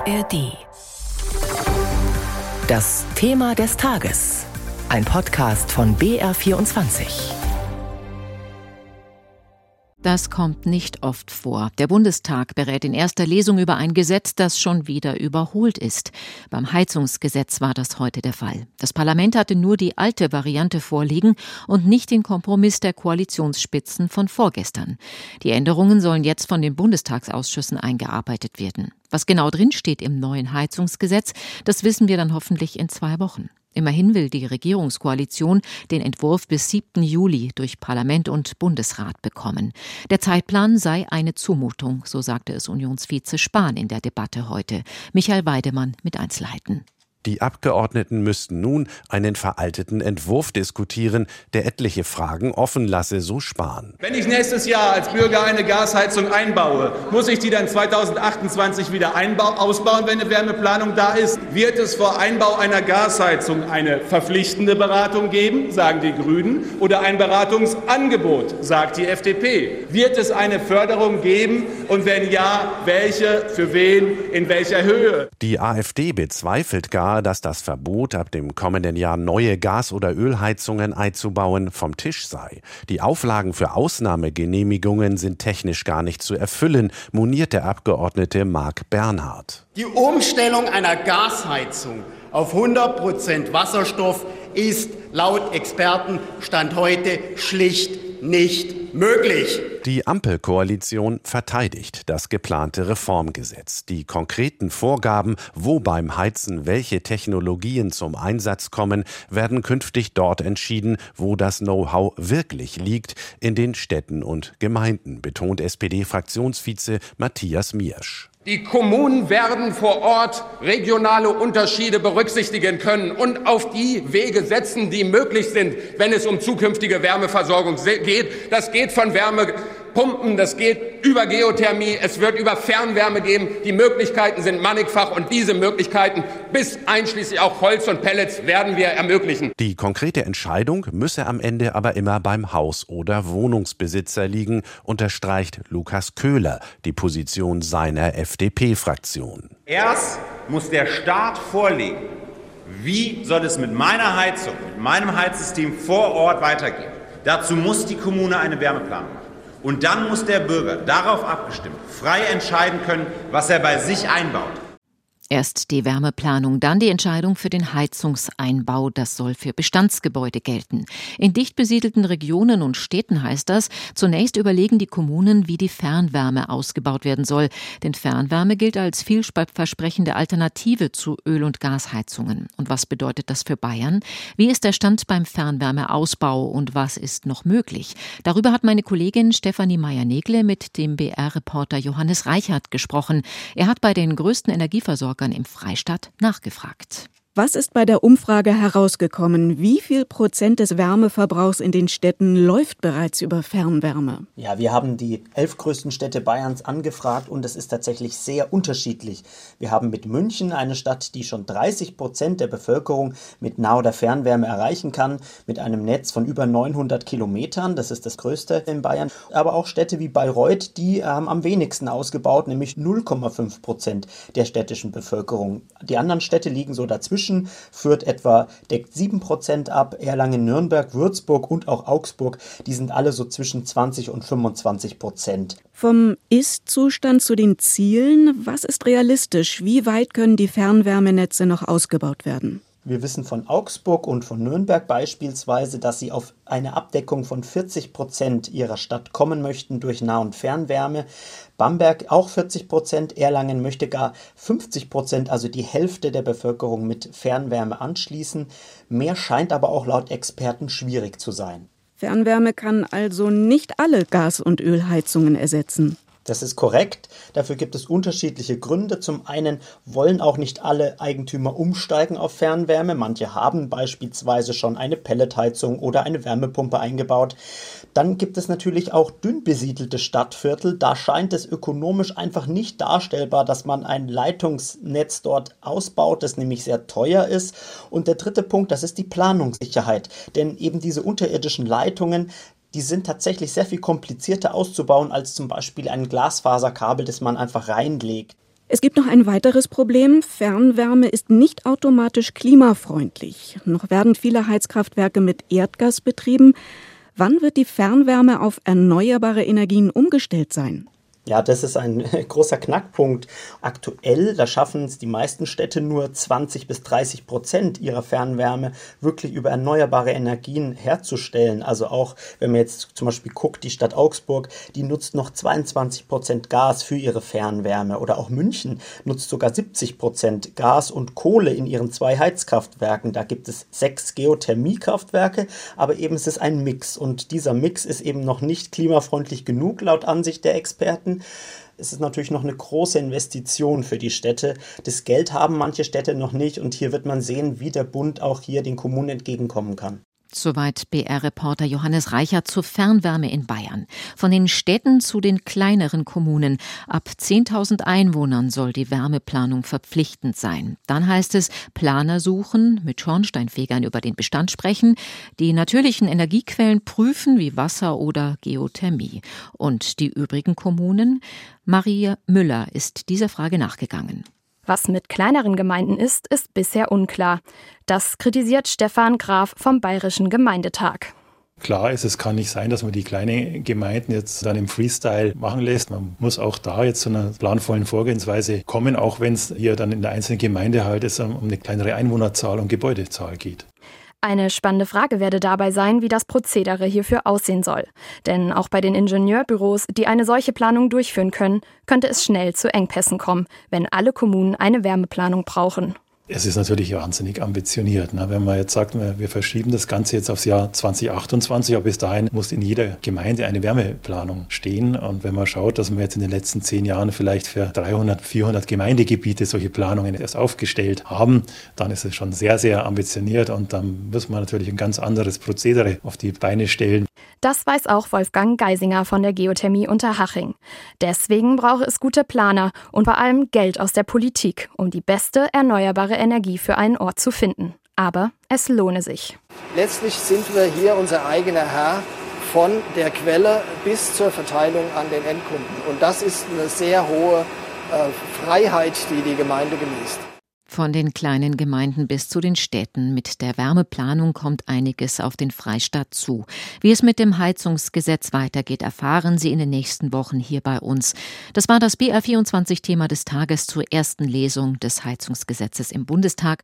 ARD. Das Thema des Tages. Ein Podcast von BR24. Das kommt nicht oft vor. Der Bundestag berät in erster Lesung über ein Gesetz, das schon wieder überholt ist. Beim Heizungsgesetz war das heute der Fall. Das Parlament hatte nur die alte Variante vorliegen und nicht den Kompromiss der Koalitionsspitzen von vorgestern. Die Änderungen sollen jetzt von den Bundestagsausschüssen eingearbeitet werden. Was genau drinsteht im neuen Heizungsgesetz, das wissen wir dann hoffentlich in 2 Wochen. Immerhin will die Regierungskoalition den Entwurf bis 7. Juli durch Parlament und Bundesrat bekommen. Der Zeitplan sei eine Zumutung, so sagte es Unionsvize Spahn in der Debatte heute. Michael Weidemann mit Einzelheiten. Die Abgeordneten müssten nun einen veralteten Entwurf diskutieren, der etliche Fragen offen lasse, so Spahn. Wenn ich nächstes Jahr als Bürger eine Gasheizung einbaue, muss ich die dann 2028 wieder ausbauen, wenn eine Wärmeplanung da ist? Wird es vor Einbau einer Gasheizung eine verpflichtende Beratung geben, sagen die Grünen, oder ein Beratungsangebot, sagt die FDP? Wird es eine Förderung geben und wenn ja, welche, für wen, in welcher Höhe? Die AfD bezweifelt gar, dass das Verbot, ab dem kommenden Jahr neue Gas- oder Ölheizungen einzubauen, vom Tisch sei. Die Auflagen für Ausnahmegenehmigungen sind technisch gar nicht zu erfüllen, moniert der Abgeordnete Marc Bernhard. Die Umstellung einer Gasheizung auf 100% Wasserstoff ist laut Experten Stand heute schlicht nicht möglich. Die Ampelkoalition verteidigt das geplante Reformgesetz. Die konkreten Vorgaben, wo beim Heizen welche Technologien zum Einsatz kommen, werden künftig dort entschieden, wo das Know-how wirklich liegt, in den Städten und Gemeinden, betont SPD-Fraktionsvize Matthias Miersch. Die Kommunen werden vor Ort regionale Unterschiede berücksichtigen können und auf die Wege setzen, die möglich sind, wenn es um zukünftige Wärmeversorgung geht. Das geht von Wärmepumpen, das geht über Geothermie, es wird über Fernwärme geben. Die Möglichkeiten sind mannigfach und diese Möglichkeiten bis einschließlich auch Holz und Pellets werden wir ermöglichen. Die konkrete Entscheidung müsse am Ende aber immer beim Haus- oder Wohnungsbesitzer liegen, unterstreicht Lukas Köhler die Position seiner FDP-Fraktion. Erst muss der Staat vorlegen, wie soll es mit meiner Heizung, mit meinem Heizsystem vor Ort weitergehen. Dazu muss die Kommune eine Wärmeplanung machen. Und dann muss der Bürger darauf abgestimmt frei entscheiden können, was er bei sich einbaut. Erst die Wärmeplanung, dann die Entscheidung für den Heizungseinbau. Das soll für Bestandsgebäude gelten. In dicht besiedelten Regionen und Städten heißt das, zunächst überlegen die Kommunen, wie die Fernwärme ausgebaut werden soll. Denn Fernwärme gilt als vielversprechende Alternative zu Öl- und Gasheizungen. Und was bedeutet das für Bayern? Wie ist der Stand beim Fernwärmeausbau und was ist noch möglich? Darüber hat meine Kollegin Stefanie Meyer-Negle mit dem BR-Reporter Johannes Reichert gesprochen. Er hat bei den größten Energieversorgern im Freistaat nachgefragt. Was ist bei der Umfrage herausgekommen? Wie viel Prozent des Wärmeverbrauchs in den Städten läuft bereits über Fernwärme? Ja, wir haben die 11 größten Städte Bayerns angefragt und es ist tatsächlich sehr unterschiedlich. Wir haben mit München eine Stadt, die schon 30% der Bevölkerung mit Nah- oder Fernwärme erreichen kann, mit einem Netz von über 900 Kilometern. Das ist das größte in Bayern. Aber auch Städte wie Bayreuth, die haben am wenigsten ausgebaut, nämlich 0,5% der städtischen Bevölkerung. Die anderen Städte liegen so dazwischen. Fürth etwa deckt 7% ab, Erlangen, Nürnberg, Würzburg und auch Augsburg, die sind alle so zwischen 20 und 25%. Vom Ist-Zustand zu den Zielen, was ist realistisch? Wie weit können die Fernwärmenetze noch ausgebaut werden? Wir wissen von Augsburg und von Nürnberg beispielsweise, dass sie auf eine Abdeckung von 40% ihrer Stadt kommen möchten durch Nah- und Fernwärme. Bamberg auch 40%, Erlangen möchte gar 50%, also die Hälfte der Bevölkerung mit Fernwärme anschließen. Mehr scheint aber auch laut Experten schwierig zu sein. Fernwärme kann also nicht alle Gas- und Ölheizungen ersetzen. Das ist korrekt. Dafür gibt es unterschiedliche Gründe. Zum einen wollen auch nicht alle Eigentümer umsteigen auf Fernwärme. Manche haben beispielsweise schon eine Pelletheizung oder eine Wärmepumpe eingebaut. Dann gibt es natürlich auch dünn besiedelte Stadtviertel. Da scheint es ökonomisch einfach nicht darstellbar, dass man ein Leitungsnetz dort ausbaut, das nämlich sehr teuer ist. Und der dritte Punkt, das ist die Planungssicherheit. Denn eben diese unterirdischen Leitungen, die sind tatsächlich sehr viel komplizierter auszubauen als zum Beispiel ein Glasfaserkabel, das man einfach reinlegt. Es gibt noch ein weiteres Problem. Fernwärme ist nicht automatisch klimafreundlich. Noch werden viele Heizkraftwerke mit Erdgas betrieben. Wann wird die Fernwärme auf erneuerbare Energien umgestellt sein? Ja, das ist ein großer Knackpunkt. Aktuell, da schaffen es die meisten Städte nur 20-30% ihrer Fernwärme wirklich über erneuerbare Energien herzustellen. Also auch, wenn man jetzt zum Beispiel guckt, die Stadt Augsburg, die nutzt noch 22% Gas für ihre Fernwärme. Oder auch München nutzt sogar 70% Gas und Kohle in ihren 2 Heizkraftwerken. Da gibt es 6 Geothermiekraftwerke, aber eben es ist ein Mix. Und dieser Mix ist eben noch nicht klimafreundlich genug, laut Ansicht der Experten. Es ist natürlich noch eine große Investition für die Städte. Das Geld haben manche Städte noch nicht und hier wird man sehen, wie der Bund auch hier den Kommunen entgegenkommen kann. Soweit BR-Reporter Johannes Reichert zur Fernwärme in Bayern. Von den Städten zu den kleineren Kommunen. Ab 10.000 Einwohnern soll die Wärmeplanung verpflichtend sein. Dann heißt es, Planer suchen, mit Schornsteinfegern über den Bestand sprechen, die natürlichen Energiequellen prüfen, wie Wasser oder Geothermie. Und die übrigen Kommunen? Maria Müller ist dieser Frage nachgegangen. Was mit kleineren Gemeinden ist bisher unklar. Das kritisiert Stefan Graf vom Bayerischen Gemeindetag. Klar ist, es kann nicht sein, dass man die kleinen Gemeinden jetzt dann im Freestyle machen lässt. Man muss auch da jetzt zu einer planvollen Vorgehensweise kommen, auch wenn es hier dann in der einzelnen Gemeinde halt um eine kleinere Einwohnerzahl und Gebäudezahl geht. Eine spannende Frage werde dabei sein, wie das Prozedere hierfür aussehen soll. Denn auch bei den Ingenieurbüros, die eine solche Planung durchführen können, könnte es schnell zu Engpässen kommen, wenn alle Kommunen eine Wärmeplanung brauchen. Es ist natürlich wahnsinnig ambitioniert. Wenn man jetzt sagt, wir verschieben das Ganze jetzt aufs Jahr 2028, aber bis dahin muss in jeder Gemeinde eine Wärmeplanung stehen. Und wenn man schaut, dass wir jetzt in den letzten 10 Jahren vielleicht für 300, 400 Gemeindegebiete solche Planungen erst aufgestellt haben, dann ist es schon sehr, sehr ambitioniert und dann muss man natürlich ein ganz anderes Prozedere auf die Beine stellen. Das weiß auch Wolfgang Geisinger von der Geothermie Unterhaching. Deswegen brauche es gute Planer und vor allem Geld aus der Politik, um die beste erneuerbare Energie für einen Ort zu finden. Aber es lohne sich. Letztlich sind wir hier unser eigener Herr von der Quelle bis zur Verteilung an den Endkunden. Und das ist eine sehr hohe Freiheit, die die Gemeinde genießt. Von den kleinen Gemeinden bis zu den Städten. Mit der Wärmeplanung kommt einiges auf den Freistaat zu. Wie es mit dem Heizungsgesetz weitergeht, erfahren Sie in den nächsten Wochen hier bei uns. Das war das BR24-Thema des Tages zur ersten Lesung des Heizungsgesetzes im Bundestag.